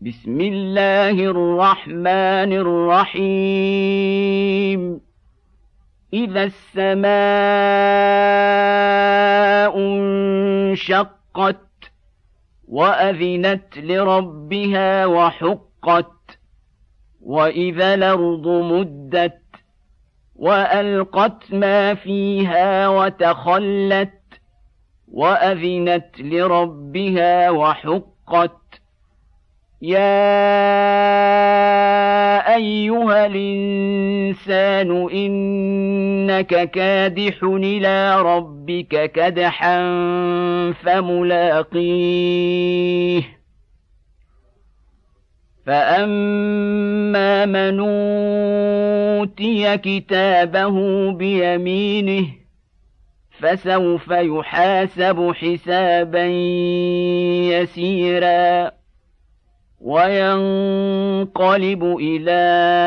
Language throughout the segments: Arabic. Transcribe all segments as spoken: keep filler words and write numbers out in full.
بسم الله الرحمن الرحيم إذا السماء انشقت وأذنت لربها وحقت وإذا الأرض مدت وألقت ما فيها وتخلت وأذنت لربها وحقت يا أيها الإنسان إنك كادح إلى ربك كدحا فملاقيه فأما من أوتي كتابه بيمينه فسوف يحاسب حسابا يسيرا وينقلب إلى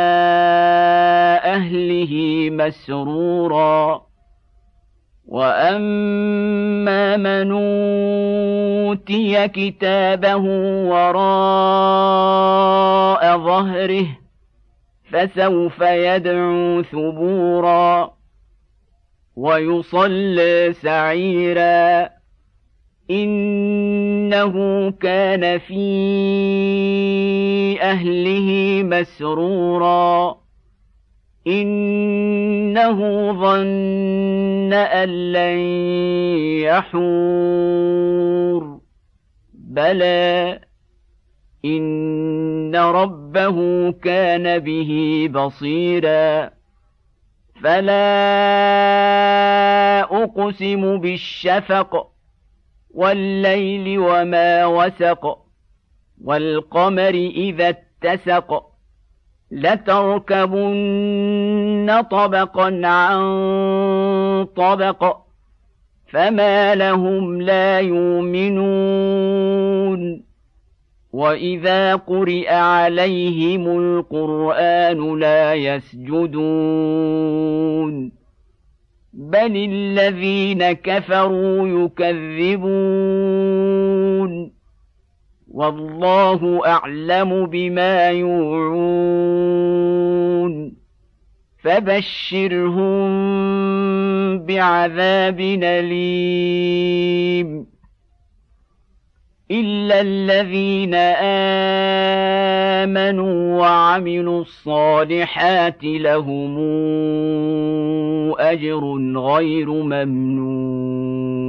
أهله مسرورا وأما من أوتي كتابه وراء ظهره فسوف يدعو ثبورا ويصلى سعيرا إنه كان في أهله مسرورا إنه ظن أن لن يحور بلى إن ربه كان به بصيرا فلا أقسم بالشفق والليل وما وسق والقمر إذا اتسق لتركبن طبقا عن طبق فما لهم لا يؤمنون وإذا قرئ عليهم القرآن لا يسجدون بل الذين كفروا يكذبون والله أعلم بما يوعون فبشرهم بعذاب أليم إلا الذين آمنوا وعملوا الصالحات لهم أجر غير ممنون